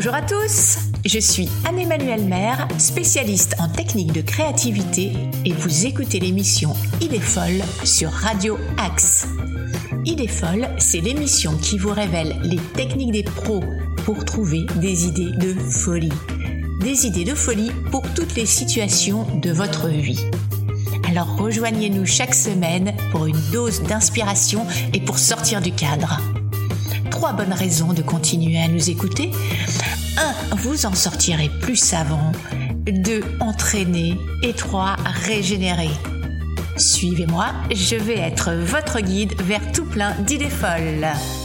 Bonjour à tous, je suis Anne-Emmanuelle Maire, spécialiste en techniques de créativité et vous écoutez l'émission Idées folles sur Radio Axe. Idées folles, c'est l'émission qui vous révèle les techniques des pros pour trouver des idées de folie. Des idées de folie pour toutes les situations de votre vie. Alors rejoignez-nous chaque semaine pour une dose d'inspiration et pour sortir du cadre. 3 bonnes raisons de continuer à nous écouter. 1. Vous en sortirez plus savant. 2. Entraîné. Et 3. Régénéré. Suivez-moi, je vais être votre guide vers tout plein d'idées folles.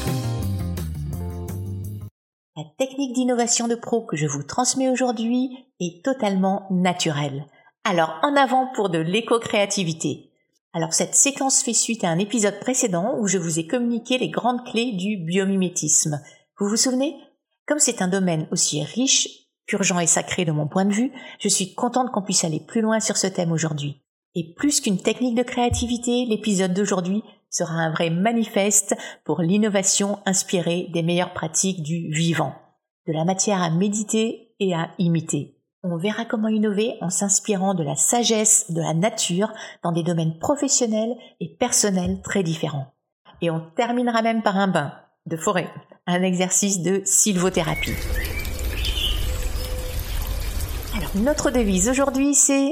La technique d'innovation de pro que je vous transmets aujourd'hui est totalement naturelle. Alors en avant pour de l'éco-créativité. Alors cette séquence fait suite à un épisode précédent où je vous ai communiqué les grandes clés du biomimétisme. Vous vous souvenez ? Comme c'est un domaine aussi riche, urgent et sacré de mon point de vue, je suis contente qu'on puisse aller plus loin sur ce thème aujourd'hui. Et plus qu'une technique de créativité, l'épisode d'aujourd'hui sera un vrai manifeste pour l'innovation inspirée des meilleures pratiques du vivant, de la matière à méditer et à imiter. On verra comment innover en s'inspirant de la sagesse de la nature dans des domaines professionnels et personnels très différents. Et on terminera même par un bain de forêt, un exercice de sylvothérapie. Alors notre devise aujourd'hui c'est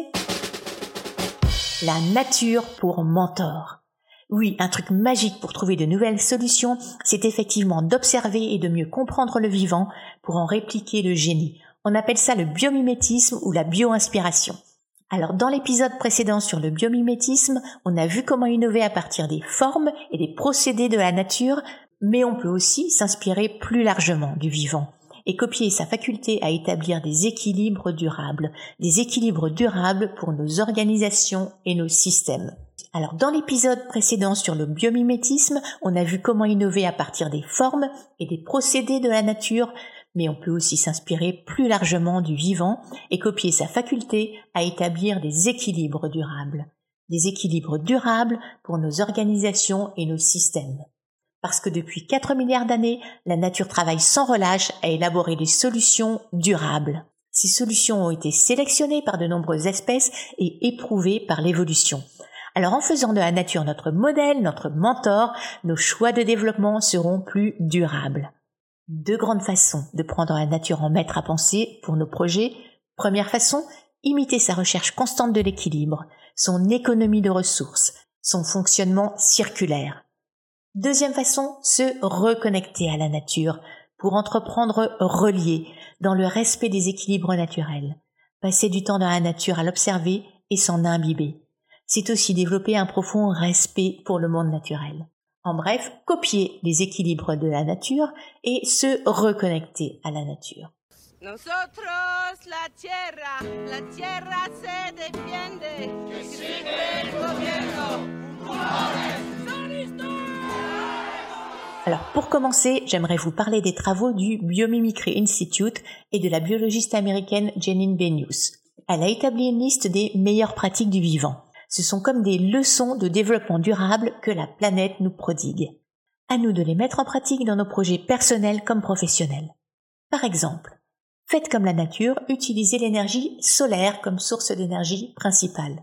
la nature pour mentor. Oui, un truc magique pour trouver de nouvelles solutions, c'est effectivement d'observer et de mieux comprendre le vivant pour en répliquer le génie. On appelle ça le biomimétisme ou la bio-inspiration. Alors dans l'épisode précédent sur le biomimétisme, on a vu comment innover à partir des formes et des procédés de la nature, mais on peut aussi s'inspirer plus largement du vivant et copier sa faculté à établir des équilibres durables pour nos organisations et nos systèmes. Alors dans l'épisode précédent sur le biomimétisme, on a vu comment innover à partir des formes et des procédés de la nature, mais on peut aussi s'inspirer plus largement du vivant et copier sa faculté à établir des équilibres durables. Des équilibres durables pour nos organisations et nos systèmes. Parce que depuis 4 milliards d'années, la nature travaille sans relâche à élaborer des solutions durables. Ces solutions ont été sélectionnées par de nombreuses espèces et éprouvées par l'évolution. Alors en faisant de la nature notre modèle, notre mentor, nos choix de développement seront plus durables. 2 grandes façons de prendre la nature en maître à penser pour nos projets. Première façon, imiter sa recherche constante de l'équilibre, son économie de ressources, son fonctionnement circulaire. Deuxième façon, se reconnecter à la nature pour entreprendre relié dans le respect des équilibres naturels. Passer du temps dans la nature à l'observer et s'en imbiber. C'est aussi développer un profond respect pour le monde naturel. En bref, copier les équilibres de la nature et se reconnecter à la nature. Nosotros la tierra se defiende. Que sigue el gobierno. Alors pour commencer, j'aimerais vous parler des travaux du Biomimicry Institute et de la biologiste américaine Janine Benyus. Elle a établi une liste des meilleures pratiques du vivant. Ce sont comme des leçons de développement durable que la planète nous prodigue. À nous de les mettre en pratique dans nos projets personnels comme professionnels. Par exemple, faites comme la nature, utilisez l'énergie solaire comme source d'énergie principale.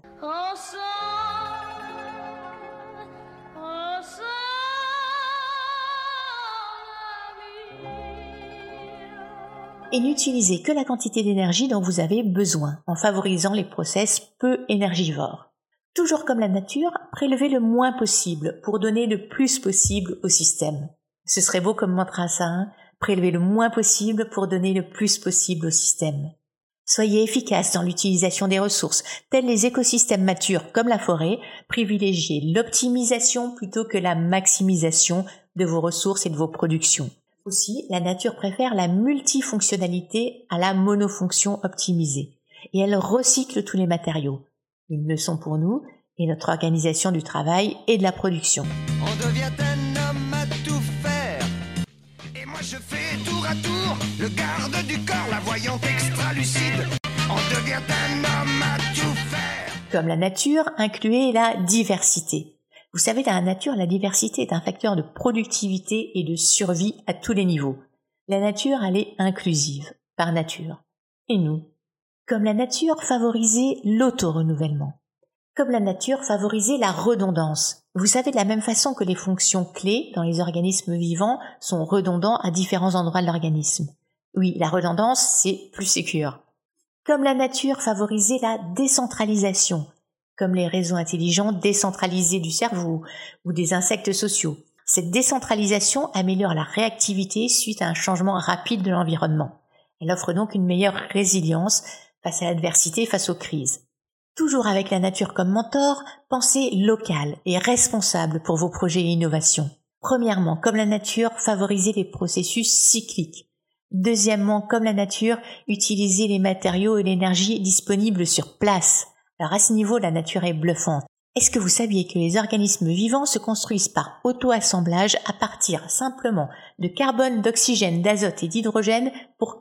Et n'utilisez que la quantité d'énergie dont vous avez besoin, en favorisant les process peu énergivores. Toujours comme la nature, prélevez le moins possible pour donner le plus possible au système. Ce serait beau comme mantra ça, hein ? Prélevez le moins possible pour donner le plus possible au système. Soyez efficace dans l'utilisation des ressources, tels les écosystèmes matures comme la forêt, privilégiez l'optimisation plutôt que la maximisation de vos ressources et de vos productions. Aussi, la nature préfère la multifonctionnalité à la monofonction optimisée, et elle recycle tous les matériaux. Une leçon pour nous et notre organisation du travail et de la production. On devient un homme à tout faire. Et moi je fais tour à tour le garde du corps, la voyante extra lucide. On devient un homme à tout faire. Comme la nature, incluez la diversité. Vous savez, dans la nature, la diversité est un facteur de productivité et de survie à tous les niveaux. La nature, elle est inclusive, par nature. Et nous? Comme la nature, favoriser l'auto-renouvellement. Comme la nature, favoriser la redondance. Vous savez, de la même façon que les fonctions clés dans les organismes vivants sont redondants à différents endroits de l'organisme. Oui, la redondance, c'est plus sécure. Comme la nature, favoriser la décentralisation. Comme les réseaux intelligents décentralisés du cerveau ou des insectes sociaux. Cette décentralisation améliore la réactivité suite à un changement rapide de l'environnement. Elle offre donc une meilleure résilience face à l'adversité, face aux crises. Toujours avec la nature comme mentor, pensez local et responsable pour vos projets et innovations. Premièrement, comme la nature, favorisez les processus cycliques. Deuxièmement, comme la nature, utilisez les matériaux et l'énergie disponibles sur place. Alors à ce niveau, la nature est bluffante. Est-ce que vous saviez que les organismes vivants se construisent par auto-assemblage à partir simplement de carbone, d'oxygène, d'azote et d'hydrogène pour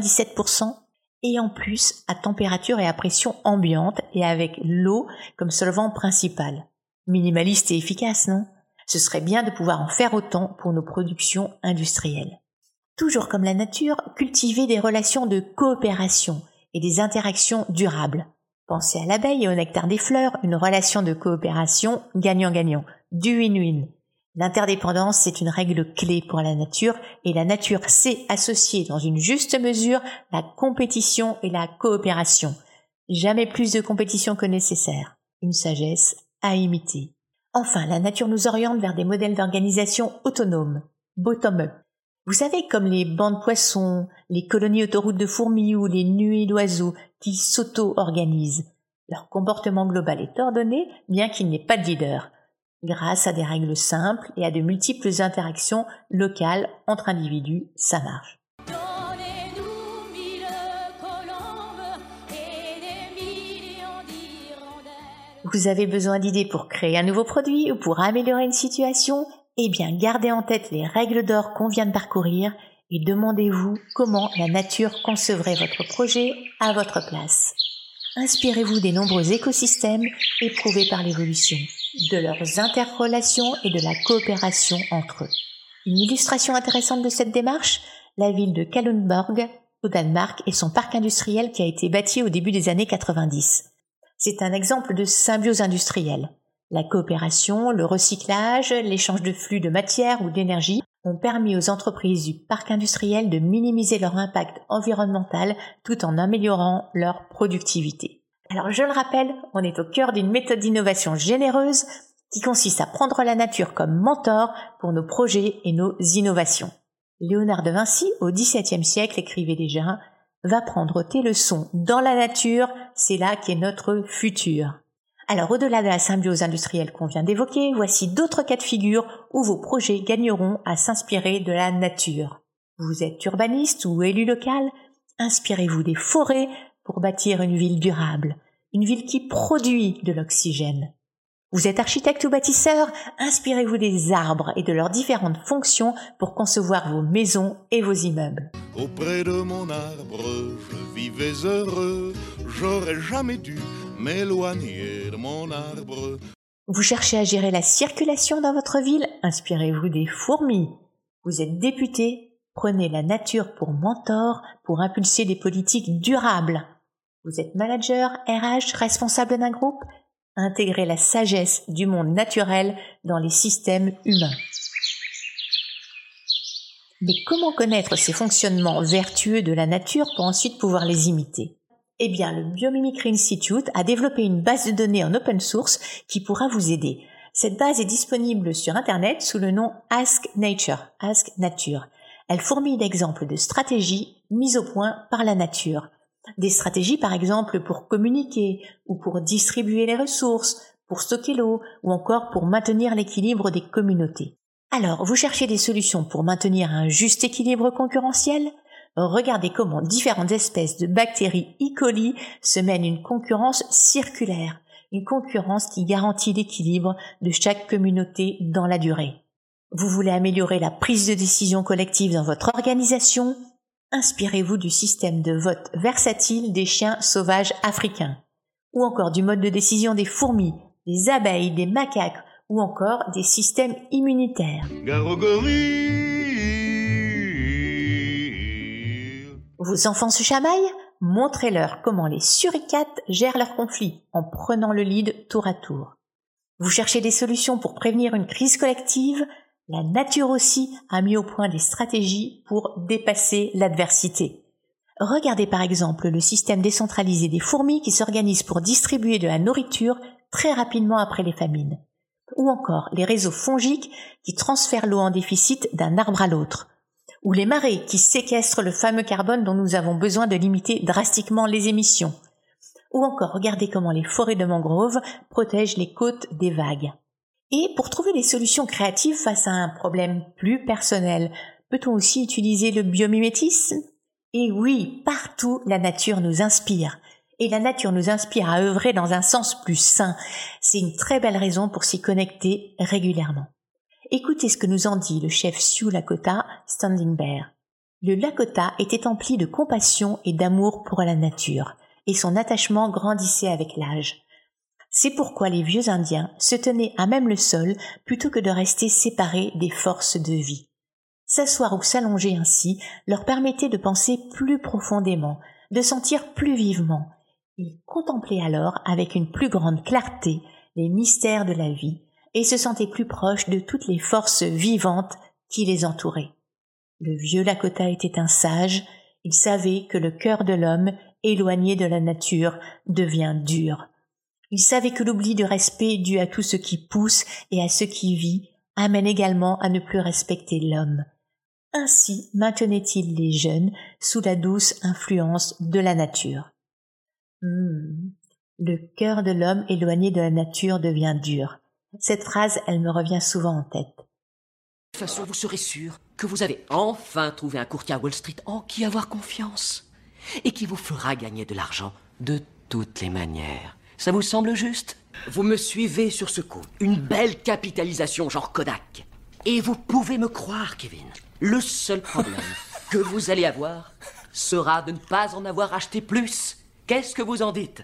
97%? Et en plus à température et à pression ambiante et avec l'eau comme solvant principal. Minimaliste et efficace, non? Ce serait bien de pouvoir en faire autant pour nos productions industrielles. Toujours comme la nature, cultiver des relations de coopération et des interactions durables. Pensez à l'abeille et au nectar des fleurs, une relation de coopération gagnant-gagnant, du win-win. L'interdépendance, c'est une règle clé pour la nature et la nature sait associer dans une juste mesure la compétition et la coopération. Jamais plus de compétition que nécessaire. Une sagesse à imiter. Enfin, la nature nous oriente vers des modèles d'organisation autonomes, bottom-up. Vous savez, comme les bancs de poissons, les colonies autoroutes de fourmis ou les nuées d'oiseaux qui s'auto-organisent. Leur comportement global est ordonné, bien qu'il n'ait pas de leader. Grâce à des règles simples et à de multiples interactions locales entre individus, ça marche. Donnez-nous 1000 colombes et des millions d'hirondelles. Vous avez besoin d'idées pour créer un nouveau produit ou pour améliorer une situation? Eh bien, gardez en tête les règles d'or qu'on vient de parcourir et demandez-vous comment la nature concevrait votre projet à votre place. Inspirez-vous des nombreux écosystèmes éprouvés par l'évolution, de leurs interrelations et de la coopération entre eux. Une illustration intéressante de cette démarche, la ville de Kalundborg, au Danemark, et son parc industriel qui a été bâti au début des années 90. C'est un exemple de symbiose industrielle. La coopération, le recyclage, l'échange de flux de matière ou d'énergie ont permis aux entreprises du parc industriel de minimiser leur impact environnemental tout en améliorant leur productivité. Alors je le rappelle, on est au cœur d'une méthode d'innovation généreuse qui consiste à prendre la nature comme mentor pour nos projets et nos innovations. Léonard de Vinci, au XVIIe siècle, écrivait déjà « Va prendre tes leçons dans la nature, c'est là qu'est notre futur ». Alors au-delà de la symbiose industrielle qu'on vient d'évoquer, voici d'autres cas de figure où vos projets gagneront à s'inspirer de la nature. Vous êtes urbaniste ou élu local? Inspirez-vous des forêts pour bâtir une ville durable, une ville qui produit de l'oxygène. Vous êtes architecte ou bâtisseur? Inspirez-vous des arbres et de leurs différentes fonctions pour concevoir vos maisons et vos immeubles. Auprès de mon arbre, je vivais heureux, j'aurais jamais dû m'éloigner de mon arbre. Vous cherchez à gérer la circulation dans votre ville? Inspirez-vous des fourmis. Vous êtes député? Prenez la nature pour mentor pour impulser des politiques durables. Vous êtes manager, RH, responsable d'un groupe? Intégrez la sagesse du monde naturel dans les systèmes humains. Mais comment connaître ces fonctionnements vertueux de la nature pour ensuite pouvoir les imiter? Eh bien, le Biomimicry Institute a développé une base de données en open source qui pourra vous aider. Cette base est disponible sur Internet sous le nom Ask Nature, Ask Nature. Elle fourmille d'exemples de stratégies mises au point par la nature. Des stratégies par exemple pour communiquer ou pour distribuer les ressources, pour stocker l'eau ou encore pour maintenir l'équilibre des communautés. Alors, vous cherchez des solutions pour maintenir un juste équilibre concurrentiel? Regardez comment différentes espèces de bactéries E. coli se mènent une concurrence circulaire, une concurrence qui garantit l'équilibre de chaque communauté dans la durée. Vous voulez améliorer la prise de décision collective dans votre organisation? Inspirez-vous du système de vote versatile des chiens sauvages africains, ou encore du mode de décision des fourmis, des abeilles, des macaques, ou encore des systèmes immunitaires. Garogori, Vos enfants se chamaillent? Montrez-leur comment les suricates gèrent leurs conflits en prenant le lead tour à tour. Vous cherchez des solutions pour prévenir une crise collective? La nature aussi a mis au point des stratégies pour dépasser l'adversité. Regardez par exemple le système décentralisé des fourmis qui s'organisent pour distribuer de la nourriture très rapidement après les famines. Ou encore les réseaux fongiques qui transfèrent l'eau en déficit d'un arbre à l'autre. Ou les marées qui séquestrent le fameux carbone dont nous avons besoin de limiter drastiquement les émissions. Ou encore regardez comment les forêts de mangroves protègent les côtes des vagues. Et pour trouver des solutions créatives face à un problème plus personnel, peut-on aussi utiliser le biomimétisme? Et oui, partout la nature nous inspire. Et la nature nous inspire à œuvrer dans un sens plus sain. C'est une très belle raison pour s'y connecter régulièrement. Écoutez ce que nous en dit le chef Sioux Lakota, Standing Bear. Le Lakota était empli de compassion et d'amour pour la nature, et son attachement grandissait avec l'âge. C'est pourquoi les vieux Indiens se tenaient à même le sol plutôt que de rester séparés des forces de vie. S'asseoir ou s'allonger ainsi leur permettait de penser plus profondément, de sentir plus vivement. Ils contemplaient alors avec une plus grande clarté les mystères de la vie et se sentaient plus proches de toutes les forces vivantes qui les entouraient. Le vieux Lakota était un sage, il savait que le cœur de l'homme, éloigné de la nature, devient dur. Il savait que l'oubli du respect dû à tout ce qui pousse et à ce qui vit amène également à ne plus respecter l'homme. Ainsi maintenait-il les jeunes sous la douce influence de la nature. Le cœur de l'homme éloigné de la nature devient dur. Cette phrase, elle me revient souvent en tête. De toute façon, vous serez sûr que vous avez enfin trouvé un courtier à Wall Street en qui avoir confiance et qui vous fera gagner de l'argent de toutes les manières. Ça vous semble juste? Vous me suivez sur ce coup. Une belle capitalisation genre Kodak. Et vous pouvez me croire, Kevin. Le seul problème que vous allez avoir sera de ne pas en avoir acheté plus. Qu'est-ce que vous en dites?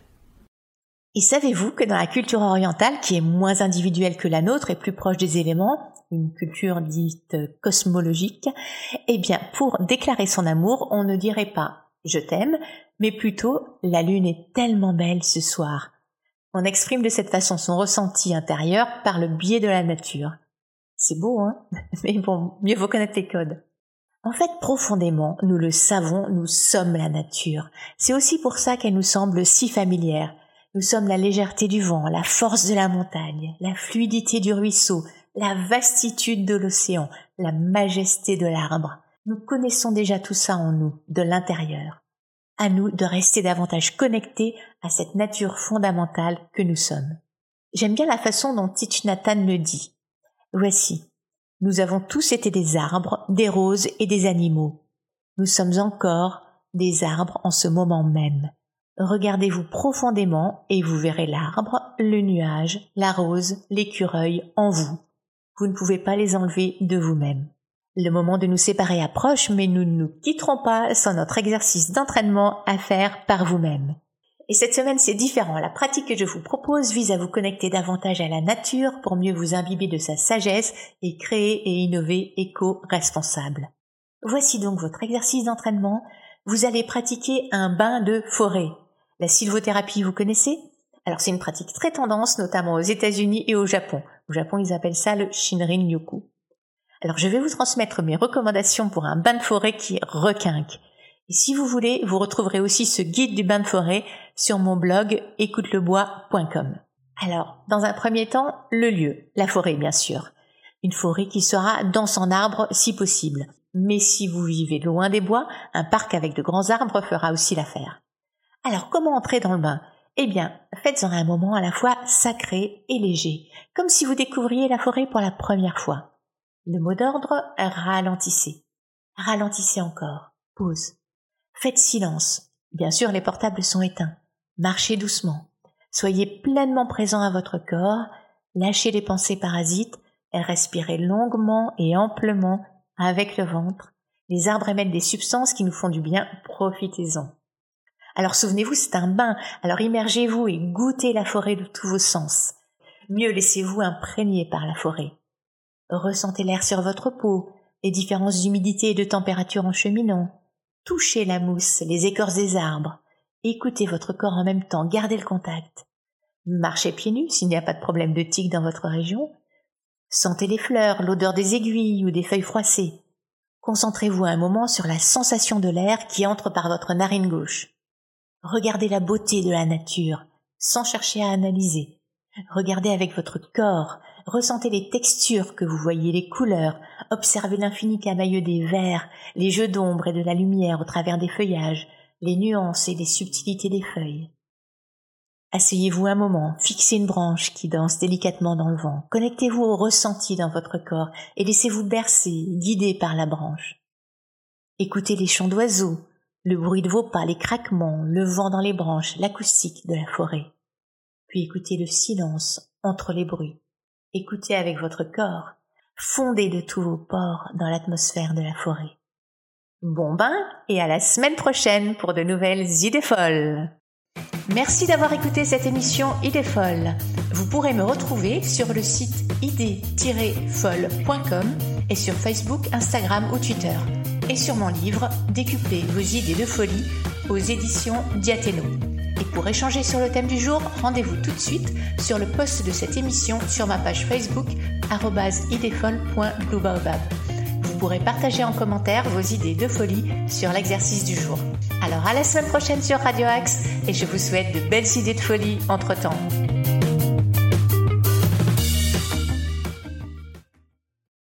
Et savez-vous que dans la culture orientale, qui est moins individuelle que la nôtre et plus proche des éléments, une culture dite cosmologique, eh bien, pour déclarer son amour, on ne dirait pas « je t'aime », mais plutôt « la lune est tellement belle ce soir ». On exprime de cette façon son ressenti intérieur par le biais de la nature. C'est beau, hein? Mais bon, mieux vaut connaître les codes. En fait, profondément, nous le savons, nous sommes la nature. C'est aussi pour ça qu'elle nous semble si familière. Nous sommes la légèreté du vent, la force de la montagne, la fluidité du ruisseau, la vastitude de l'océan, la majesté de l'arbre. Nous connaissons déjà tout ça en nous, de l'intérieur. À nous de rester davantage connectés à cette nature fondamentale que nous sommes. J'aime bien la façon dont Thich Nhat Hanh le dit. Voici, nous avons tous été des arbres, des roses et des animaux. Nous sommes encore des arbres en ce moment même. Regardez-vous profondément et vous verrez l'arbre, le nuage, la rose, l'écureuil en vous. Vous ne pouvez pas les enlever de vous-même. Le moment de nous séparer approche, mais nous ne nous quitterons pas sans notre exercice d'entraînement à faire par vous-même. Et cette semaine, c'est différent. La pratique que je vous propose vise à vous connecter davantage à la nature pour mieux vous imbiber de sa sagesse et créer et innover éco-responsable. Voici donc votre exercice d'entraînement. Vous allez pratiquer un bain de forêt. La sylvothérapie, vous connaissez? Alors c'est une pratique très tendance, notamment aux États-Unis et au Japon. Au Japon, ils appellent ça le Shinrin-yoku. Alors je vais vous transmettre mes recommandations pour un bain de forêt qui requinque. Et si vous voulez, vous retrouverez aussi ce guide du bain de forêt sur mon blog écoute-le-bois.com. Alors, dans un premier temps, le lieu, la forêt bien sûr. Une forêt qui sera dense en arbres si possible. Mais si vous vivez loin des bois, un parc avec de grands arbres fera aussi l'affaire. Alors comment entrer dans le bain? Eh bien, faites-en un moment à la fois sacré et léger, comme si vous découvriez la forêt pour la première fois. Le mot d'ordre, ralentissez. Ralentissez encore. Pause. Faites silence. Bien sûr, les portables sont éteints. Marchez doucement. Soyez pleinement présent à votre corps. Lâchez les pensées parasites et respirez longuement et amplement avec le ventre. Les arbres émettent des substances qui nous font du bien. Profitez-en. Alors souvenez-vous, c'est un bain. Alors immergez-vous et goûtez la forêt de tous vos sens. Mieux, laissez-vous imprégner par la forêt. Ressentez l'air sur votre peau, les différences d'humidité et de température en cheminant. Touchez la mousse, les écorces des arbres. Écoutez votre corps en même temps, gardez le contact. Marchez pieds nus s'il n'y a pas de problème de tic dans votre région. Sentez les fleurs, l'odeur des aiguilles ou des feuilles froissées. Concentrez-vous un moment sur la sensation de l'air qui entre par votre narine gauche. Regardez la beauté de la nature, sans chercher à analyser. Regardez avec votre corps, ressentez les textures que vous voyez, les couleurs, observez l'infini camailleux des verts, les jeux d'ombre et de la lumière au travers des feuillages, les nuances et les subtilités des feuilles. Asseyez-vous un moment, fixez une branche qui danse délicatement dans le vent, connectez-vous au ressenti dans votre corps et laissez-vous bercer, guider par la branche. Écoutez les chants d'oiseaux, le bruit de vos pas, les craquements, le vent dans les branches, l'acoustique de la forêt. Puis écoutez le silence entre les bruits. Écoutez avec votre corps, fondez de tous vos pores dans l'atmosphère de la forêt. Bon bain et à la semaine prochaine pour de nouvelles idées folles. Merci d'avoir écouté cette émission Idées folles. Vous pourrez me retrouver sur le site idées-folles.com et sur Facebook, Instagram ou Twitter. Et sur mon livre Décuplez vos idées de folie aux éditions Diathéno. Et pour échanger sur le thème du jour, rendez-vous tout de suite sur le post de cette émission sur ma page Facebook @idesfolles.bluebaobab. Vous pourrez partager en commentaire vos idées de folie sur l'exercice du jour. Alors à la semaine prochaine sur Radio Axe et je vous souhaite de belles idées de folie entre-temps.